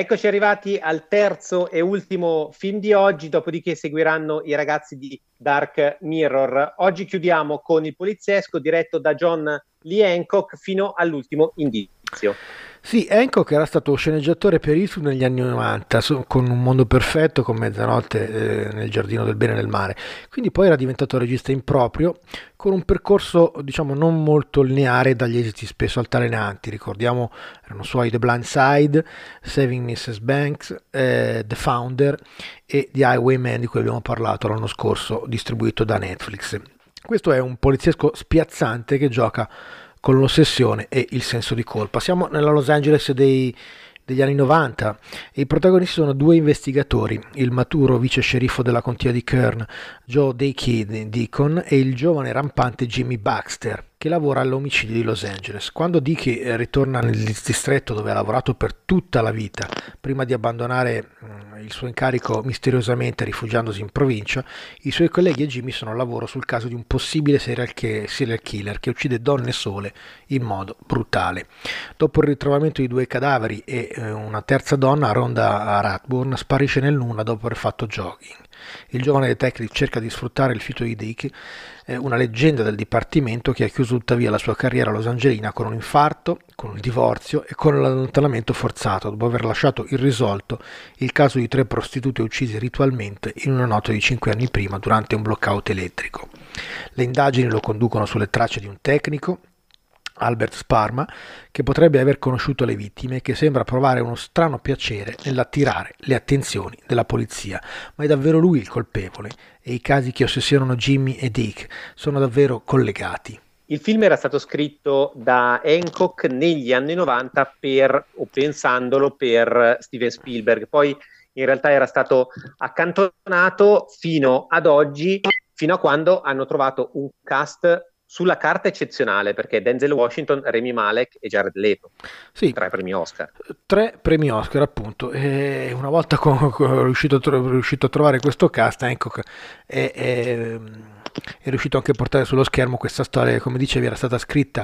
Eccoci arrivati al terzo e ultimo film di oggi, dopodiché seguiranno i ragazzi di Dark Mirror. Oggi chiudiamo con Il poliziesco, diretto da John Lee Hancock, fino all'ultimo indizio. Sì, Hancock era stato sceneggiatore per YouTube negli anni novanta, so- con Un mondo perfetto, con Mezzanotte eh, nel giardino del bene e del male. Quindi poi era diventato regista in proprio, con un percorso, diciamo, non molto lineare, dagli esiti spesso altalenanti. Ricordiamo, erano suoi The Blind Side, Saving missus Banks, eh, The Founder e The Highwayman, di cui abbiamo parlato l'anno scorso, distribuito da Netflix. Questo è un poliziesco spiazzante che gioca con l'ossessione e il senso di colpa. Siamo nella Los Angeles dei, degli anni novanta e i protagonisti sono due investigatori, il maturo vice sceriffo della contea di Kern, Joe Dickey Deacon, e il giovane rampante Jimmy Baxter, che lavora all'omicidio di Los Angeles. Quando Dickey ritorna nel distretto dove ha lavorato per tutta la vita, prima di abbandonare il suo incarico misteriosamente rifugiandosi in provincia, i suoi colleghi e Jimmy sono al lavoro sul caso di un possibile serial killer che uccide donne sole in modo brutale. Dopo il ritrovamento di due cadaveri e una terza donna, Rhonda Rathburn sparisce nel nulla dopo aver fatto jogging. Il giovane detective cerca di sfruttare il fiuto di Dick, una leggenda del dipartimento che ha chiuso tuttavia la sua carriera losangelina con un infarto, con il divorzio e con l'allontanamento forzato, dopo aver lasciato irrisolto il caso di tre prostitute uccise ritualmente in una notte di cinque anni prima durante un blackout elettrico. Le indagini lo conducono sulle tracce di un tecnico, Albert Sparma, che potrebbe aver conosciuto le vittime e che sembra provare uno strano piacere nell'attirare le attenzioni della polizia, ma è davvero lui il colpevole e i casi che ossessionano Jimmy e Dick sono davvero collegati. Il film era stato scritto da Hancock negli anni novanta per, o pensandolo per Steven Spielberg, poi in realtà era stato accantonato fino ad oggi, fino a quando hanno trovato un cast sulla carta eccezionale, perché Denzel Washington, Rami Malek e Jared Leto, sì, tre premi Oscar. Tre premi Oscar, appunto. E una volta con, con, riuscito, a tro- riuscito a trovare questo cast, Hancock è, è, è riuscito anche a portare sullo schermo questa storia che, come dicevi, era stata scritta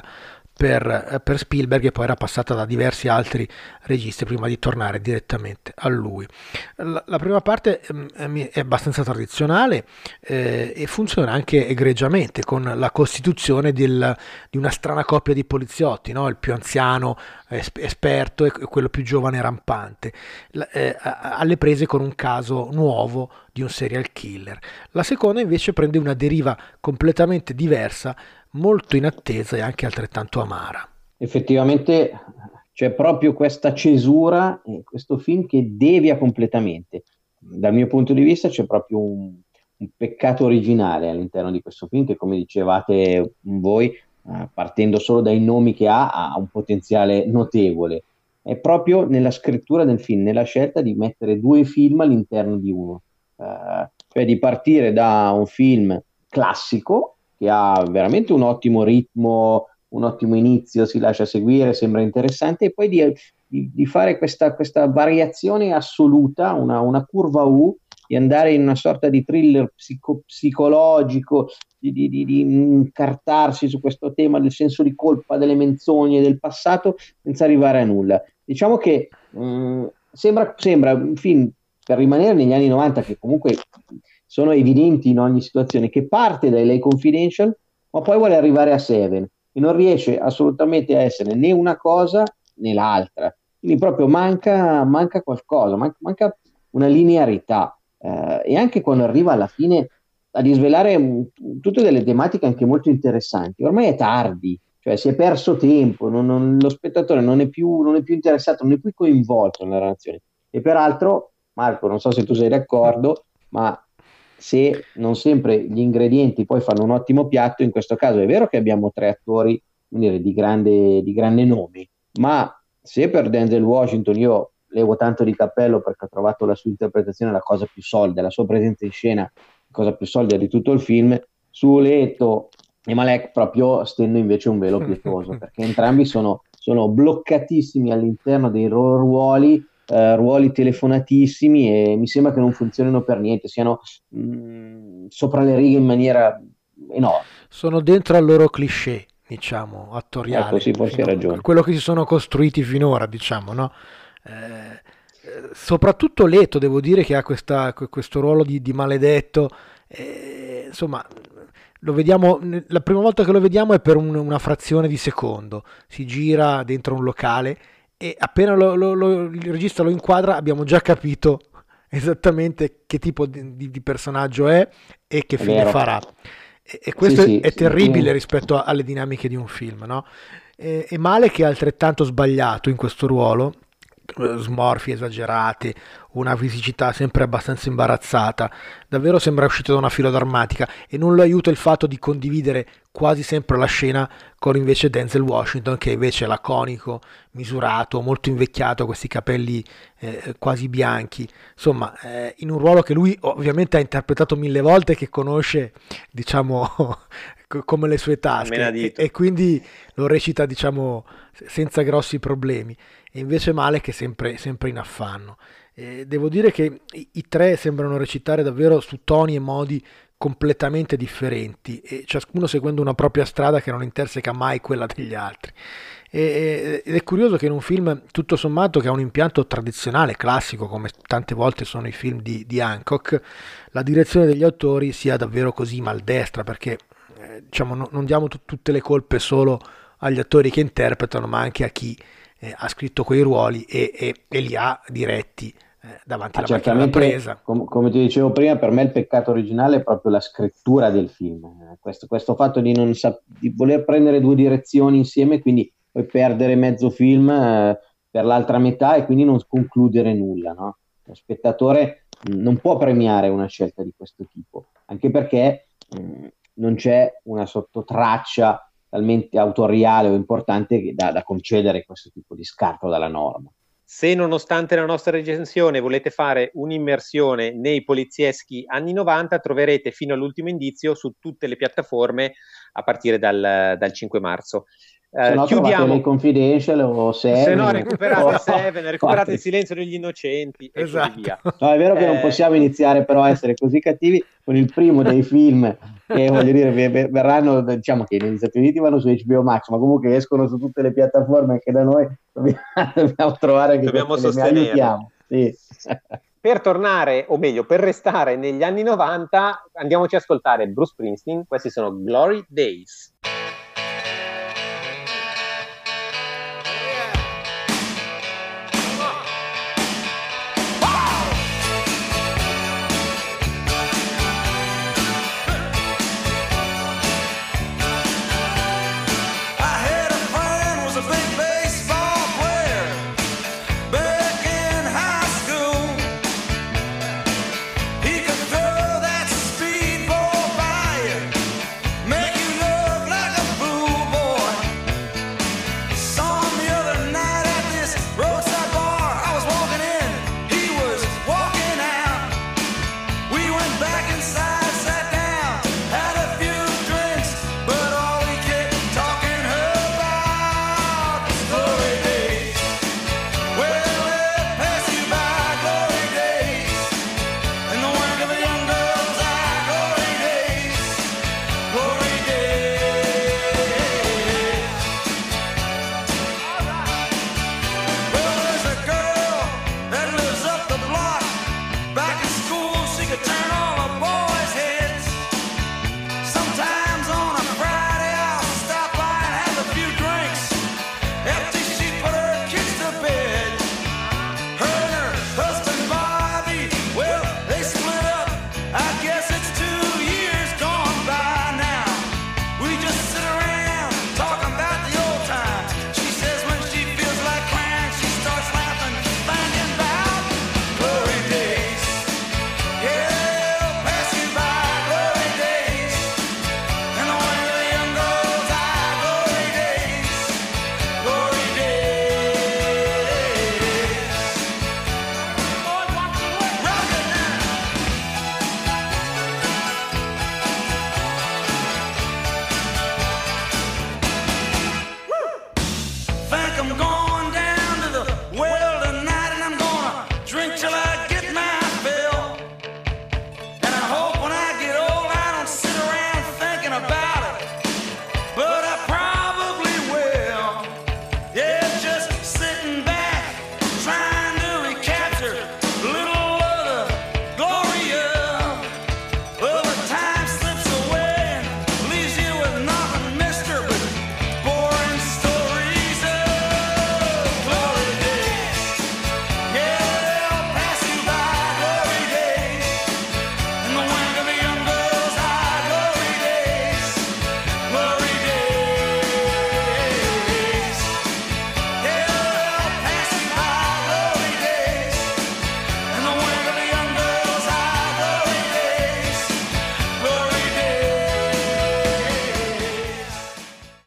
per, per Spielberg e poi era passata da diversi altri registi prima di tornare direttamente a lui. La, la prima parte eh, è abbastanza tradizionale eh, e funziona anche egregiamente con la costituzione del, di una strana coppia di poliziotti, no? Il più anziano esp- esperto e quello più giovane rampante, la, eh, alle prese con un caso nuovo di un serial killer. La seconda invece prende una deriva completamente diversa, molto inattesa e anche altrettanto amara. Effettivamente c'è proprio questa cesura in questo film che devia completamente. Dal mio punto di vista c'è proprio un, un peccato originale all'interno di questo film che, come dicevate voi, eh, partendo solo dai nomi che ha, ha un potenziale notevole. È proprio nella scrittura del film, nella scelta di mettere due film all'interno di uno, eh, cioè di partire da un film classico che ha veramente un ottimo ritmo, un ottimo inizio, si lascia seguire, sembra interessante, e poi di, di, di fare questa, questa variazione assoluta, una, una curva U, di andare in una sorta di thriller psico, psicologico, di, di, di, di incartarsi su questo tema del senso di colpa, delle menzogne, del passato, senza arrivare a nulla. Diciamo che mh, sembra, sembra un film, per rimanere negli anni novanta, che comunque sono evidenti in ogni situazione, che parte dai L A Confidential ma poi vuole arrivare a Seven e non riesce assolutamente a essere né una cosa né l'altra, quindi proprio manca, manca qualcosa, manca, manca una linearità, eh, e anche quando arriva alla fine a disvelare m, tutte delle tematiche anche molto interessanti, ormai è tardi, cioè si è perso tempo, non, non, lo spettatore non è, più, non è più interessato, non è più coinvolto nella narrazione. E peraltro, Marco, non so se tu sei d'accordo, ma se non sempre gli ingredienti poi fanno un ottimo piatto, in questo caso è vero che abbiamo tre attori dire, di, grande, di grande nome, ma se per Denzel Washington io levo tanto di cappello perché ho trovato la sua interpretazione la cosa più solida, la sua presenza in scena la cosa più solida di tutto il film, su Leto e Malek proprio stendo invece un velo pietoso, perché entrambi sono, sono bloccatissimi all'interno dei loro ruoli, Uh, ruoli telefonatissimi, e mi sembra che non funzionino per niente, siano mh, sopra le righe in maniera enorme. Sono dentro al loro cliché, diciamo, attoriale. Ecco, sì, forse hai ragione. Quello che si sono costruiti finora, diciamo, no? Eh, eh, soprattutto Leto, devo dire che ha questa, questo ruolo di, di maledetto, eh, insomma, lo vediamo, la prima volta che lo vediamo è per un- una frazione di secondo, si gira dentro un locale e appena lo- lo- lo- il regista lo inquadra abbiamo già capito esattamente che tipo di, di- di personaggio è e che È fine vero. farà. E, e questo Sì, è, è sì, terribile sì. rispetto a- alle dinamiche di un film, no? E, e Male che è altrettanto sbagliato in questo ruolo, eh, smorfie esagerati, una fisicità sempre abbastanza imbarazzata, davvero sembra uscito da una filodarmatica e non lo aiuta il fatto di condividere quasi sempre la scena con invece Denzel Washington che invece è laconico, misurato, molto invecchiato, questi capelli eh, quasi bianchi, insomma eh, in un ruolo che lui ovviamente ha interpretato mille volte, che conosce diciamo co- come le sue tasche e, menadito. e quindi lo recita diciamo senza grossi problemi, e invece Male che è sempre, sempre in affanno. Eh, devo dire che i, i tre sembrano recitare davvero su toni e modi completamente differenti, e ciascuno seguendo una propria strada che non interseca mai quella degli altri. E- ed è curioso che in un film tutto sommato che ha un impianto tradizionale, classico, come tante volte sono i film di, di Hancock, la direzione degli autori sia davvero così maldestra, perché eh, diciamo, no- non diamo tut- tutte le colpe solo agli attori che interpretano, ma anche a chi eh, ha scritto quei ruoli e, e- e li ha diretti eh, davanti Ah, alla macchina da certamente, presa. com- come ti dicevo prima, per me il peccato originale è proprio la scrittura del film. Eh, Questo, questo fatto di, non sap- di voler prendere due direzioni insieme, quindi poi perdere mezzo film eh, per l'altra metà e quindi non concludere nulla, no? Lo spettatore mh, non può premiare una scelta di questo tipo, anche perché mh, non c'è una sottotraccia talmente autoriale o importante che da, da concedere questo tipo di scarto dalla norma. Se nonostante la nostra recensione volete fare un'immersione nei polizieschi anni novanta, troverete fino all'ultimo indizio su tutte le piattaforme a partire dal, dal cinque marzo. Se Eh, no trovate chiudiamo. le Confidential o Seven. Se no, recuperate o- Seven, recuperate altri. Il silenzio degli innocenti e Esatto. così via. No, è vero che non Eh, possiamo iniziare però a essere così cattivi con il primo dei film che voglio dire ver- ver- verranno, diciamo che negli Stati Uniti vanno su H B O Max, ma comunque escono su tutte le piattaforme anche da noi, dobbiamo, dobbiamo trovare che Dobbiamo queste le sostenerlo. aiutiamo. Sì. Per tornare, o meglio, per restare negli anni novanta, andiamoci a ascoltare Bruce Springsteen. Questi sono Glory Days. I had a friend was a big baseball player back in high school. He could throw that speedball by you, make you look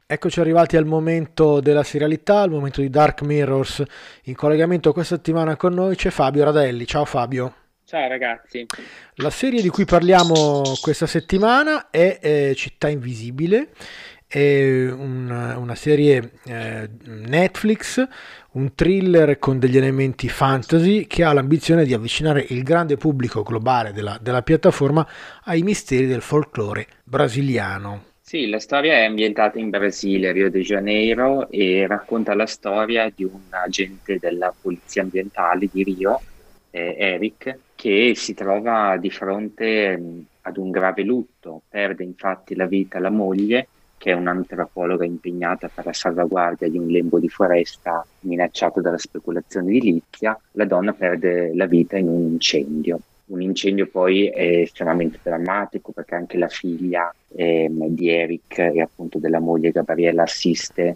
Eccoci arrivati al momento della serialità, al momento di Dark Mirrors. In collegamento questa settimana con noi c'è Fabio Radelli. Ciao Fabio. Ciao ragazzi. La serie di cui parliamo questa settimana è eh, Città Invisibile, è un- una serie eh, Netflix, un thriller con degli elementi fantasy che ha l'ambizione di avvicinare il grande pubblico globale della, della piattaforma ai misteri del folklore brasiliano. Sì, la storia è ambientata in Brasile, Rio de Janeiro, e racconta la storia di un agente della polizia ambientale di Rio, eh, Eric, che si trova di fronte mh, ad un grave lutto. Perde infatti la vita la moglie, che è un'antropologa impegnata per la salvaguardia di un lembo di foresta minacciato dalla speculazione edilizia. La donna perde la vita in un incendio. Un incendio poi è estremamente drammatico perché anche la figlia ehm, di Eric e appunto della moglie Gabriella assiste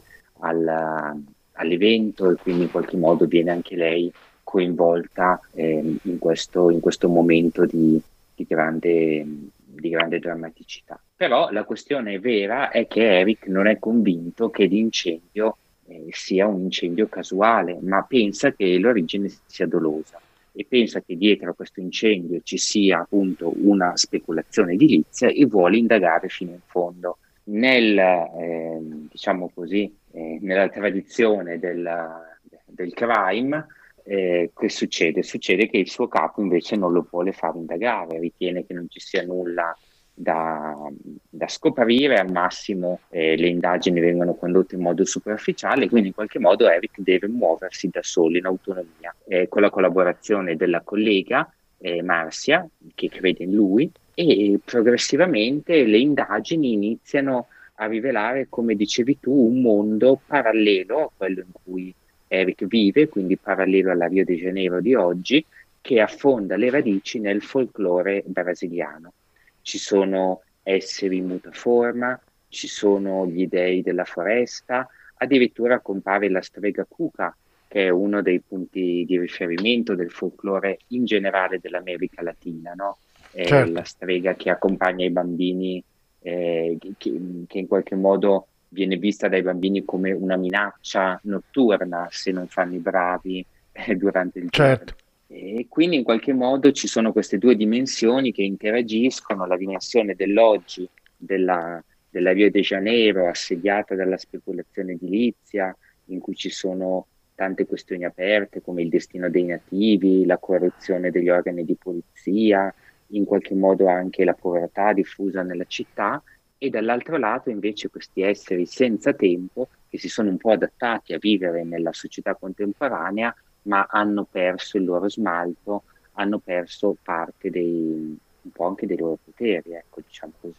al- all'evento e quindi in qualche modo viene anche lei coinvolta ehm, in questo, in questo momento di, di grande, di grande drammaticità. Però la questione vera è che Eric non è convinto che l'incendio eh, sia un incendio casuale, ma pensa che l'origine sia dolosa e pensa che dietro a questo incendio ci sia appunto una speculazione edilizia e vuole indagare fino in fondo. Nel, ehm, diciamo così, eh, nella tradizione del, del crime, eh, che succede? Succede che il suo capo invece non lo vuole far indagare, ritiene che non ci sia nulla da, da scoprire, al massimo eh, le indagini vengono condotte in modo superficiale, quindi in qualche modo Eric deve muoversi da solo in autonomia, eh, con la collaborazione della collega eh, Marcia, che crede in lui, e progressivamente le indagini iniziano a rivelare, come dicevi tu, un mondo parallelo a quello in cui Eric vive, quindi parallelo alla Rio de Janeiro di oggi, che affonda le radici nel folklore brasiliano. Ci sono esseri in mutaforma, ci sono gli dei della foresta, addirittura compare la strega Cuca, che è uno dei punti di riferimento del folklore in generale dell'America Latina, no? È Certo. la strega che accompagna i bambini, eh, che, che in qualche modo viene vista dai bambini come una minaccia notturna se non fanno i bravi eh, durante il giorno. Certo. E quindi in qualche modo ci sono queste due dimensioni che interagiscono, la dimensione dell'oggi, della, della Rio de Janeiro, assediata dalla speculazione edilizia, in cui ci sono tante questioni aperte come il destino dei nativi, la corruzione degli organi di polizia, in qualche modo anche la povertà diffusa nella città, e dall'altro lato invece questi esseri senza tempo che si sono un po' adattati a vivere nella società contemporanea, ma hanno perso il loro smalto, hanno perso parte dei, un po' anche dei loro poteri, ecco, diciamo così.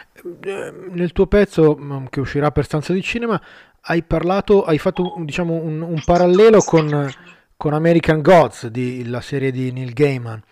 Eh, Nel tuo pezzo mm, che uscirà per Stanza di Cinema hai parlato, hai fatto un- diciamo un, un parallelo con, con American Gods, di, la serie di Neil Gaiman,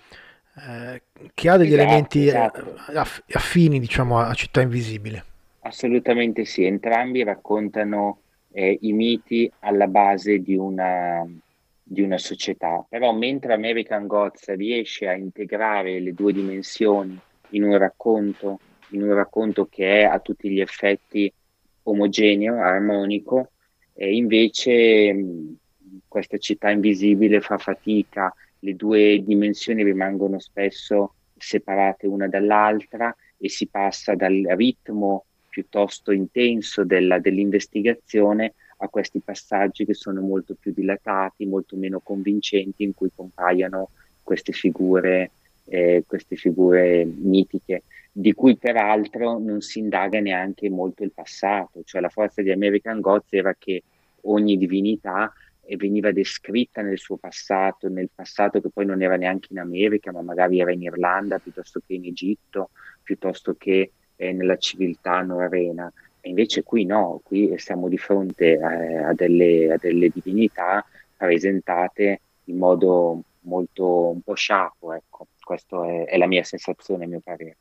eh, che ha degli Esatto, elementi eh, esatto. aff- affini, diciamo, a Città Invisibile. Assolutamente sì, entrambi raccontano eh, i miti alla base di una, di una società, però mentre American Gods riesce a integrare le due dimensioni in un racconto, in un racconto che è a tutti gli effetti omogeneo, armonico, e invece mh, questa città invisibile fa fatica, le due dimensioni rimangono spesso separate una dall'altra e si passa dal ritmo piuttosto intenso della- dell'investigazione a questi passaggi che sono molto più dilatati, molto meno convincenti, in cui compaiono queste figure, eh, queste figure mitiche, di cui peraltro non si indaga neanche molto il passato. Cioè la forza di American Gods era che ogni divinità eh, veniva descritta nel suo passato, nel passato che poi non era neanche in America, ma magari era in Irlanda piuttosto che in Egitto, piuttosto che eh, nella civiltà norrena. E invece qui no, qui siamo di fronte eh, a delle, a delle divinità presentate in modo molto un po' sciapo, ecco. Questa è, è la mia sensazione, a mio parere.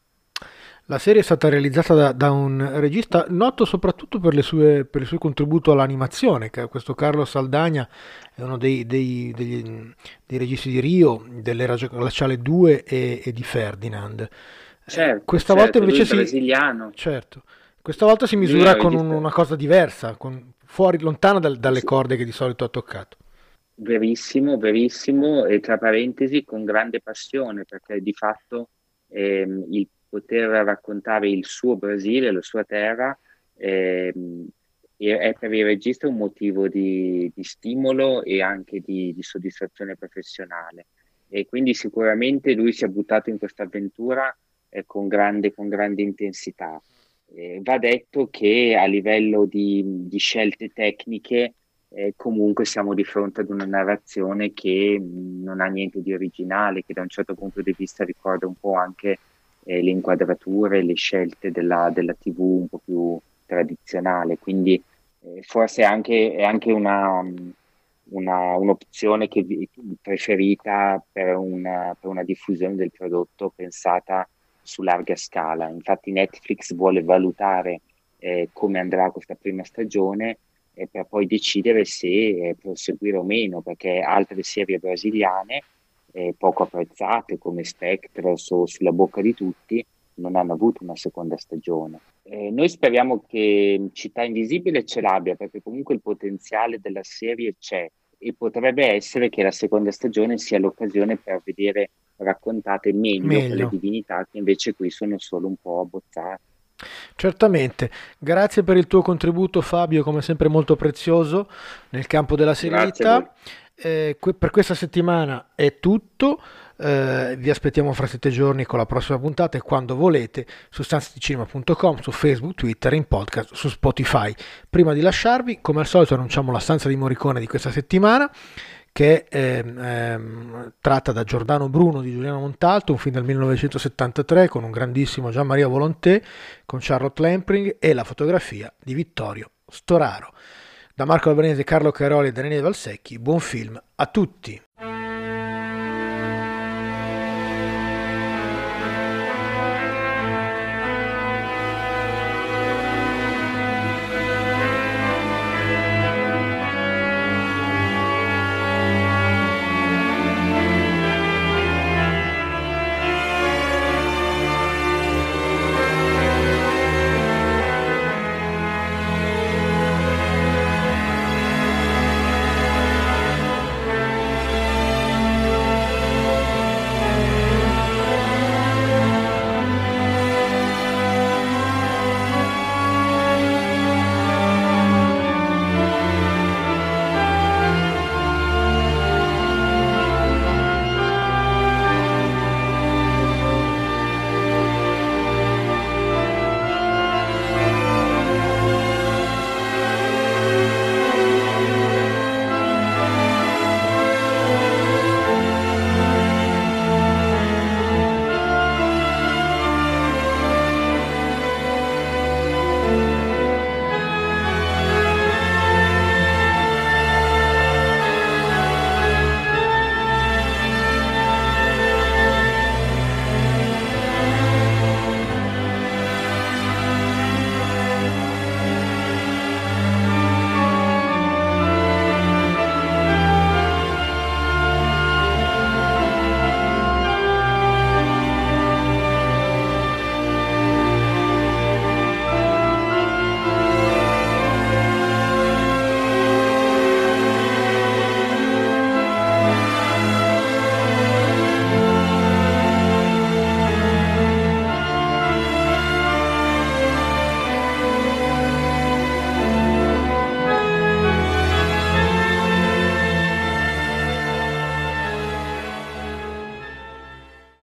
La serie è stata realizzata da, da un regista noto soprattutto per, le sue, per il suo contributo all'animazione, che è questo Carlo Saldagna, è uno dei, dei, degli- dei registi di Rio, dell'Era glaciale due e, e di Ferdinand. Eh, Certo, questa volta certo, lui invece è si... brasiliano. Certo, Questa volta si Lui misura ha con un- registrato. una cosa diversa, con- fuori, lontana dal- dalle Sì. corde che di solito ha toccato. Verissimo, verissimo, e tra parentesi con grande passione, perché di fatto ehm, il poter raccontare il suo Brasile, la sua terra, ehm, è è per il regista un motivo di, di stimolo e anche di, di soddisfazione professionale. E quindi sicuramente lui si è buttato in questa avventura eh, con grande, con grande intensità. Eh, va detto che a livello di, di scelte tecniche, eh, comunque siamo di fronte ad una narrazione che mh, non ha niente di originale, che da un certo punto di vista ricorda un po' anche eh, le inquadrature, le scelte della, della T V un po' più tradizionale. Quindi eh, forse è anche, è anche una, mh, una- un'opzione che vi- preferita per una, per una diffusione del prodotto pensata su larga scala. Infatti Netflix vuole valutare eh, come andrà questa prima stagione e per poi decidere se eh, proseguire o meno, perché altre serie brasiliane eh, poco apprezzate come Spectros o Sulla bocca di tutti non hanno avuto una seconda stagione. Eh, noi speriamo che Città Invisibile ce l'abbia, perché comunque il potenziale della serie c'è e potrebbe essere che la seconda stagione sia l'occasione per vedere raccontate meglio quelle Meglio. divinità che invece qui sono solo un po' abbozzate. Certamente, grazie per il tuo contributo Fabio, come sempre molto prezioso nel campo della Grazie a voi. serialità. Eh, que- per questa settimana è tutto, eh, vi aspettiamo fra sette giorni con la prossima puntata e quando volete su stanze di cinema punto com, su Facebook, Twitter, in podcast, su Spotify. Prima di lasciarvi, come al solito annunciamo la stanza di Morricone di questa settimana, che è ehm, ehm, tratta da Giordano Bruno di Giuliano Montalto, un film del millenovecentosettantatré con un grandissimo Gian Maria Volonté, con Charlotte Lampring e la fotografia di Vittorio Storaro. Da Marco Albanese, Carlo Caroli e Daniele Valsecchi, buon film a tutti!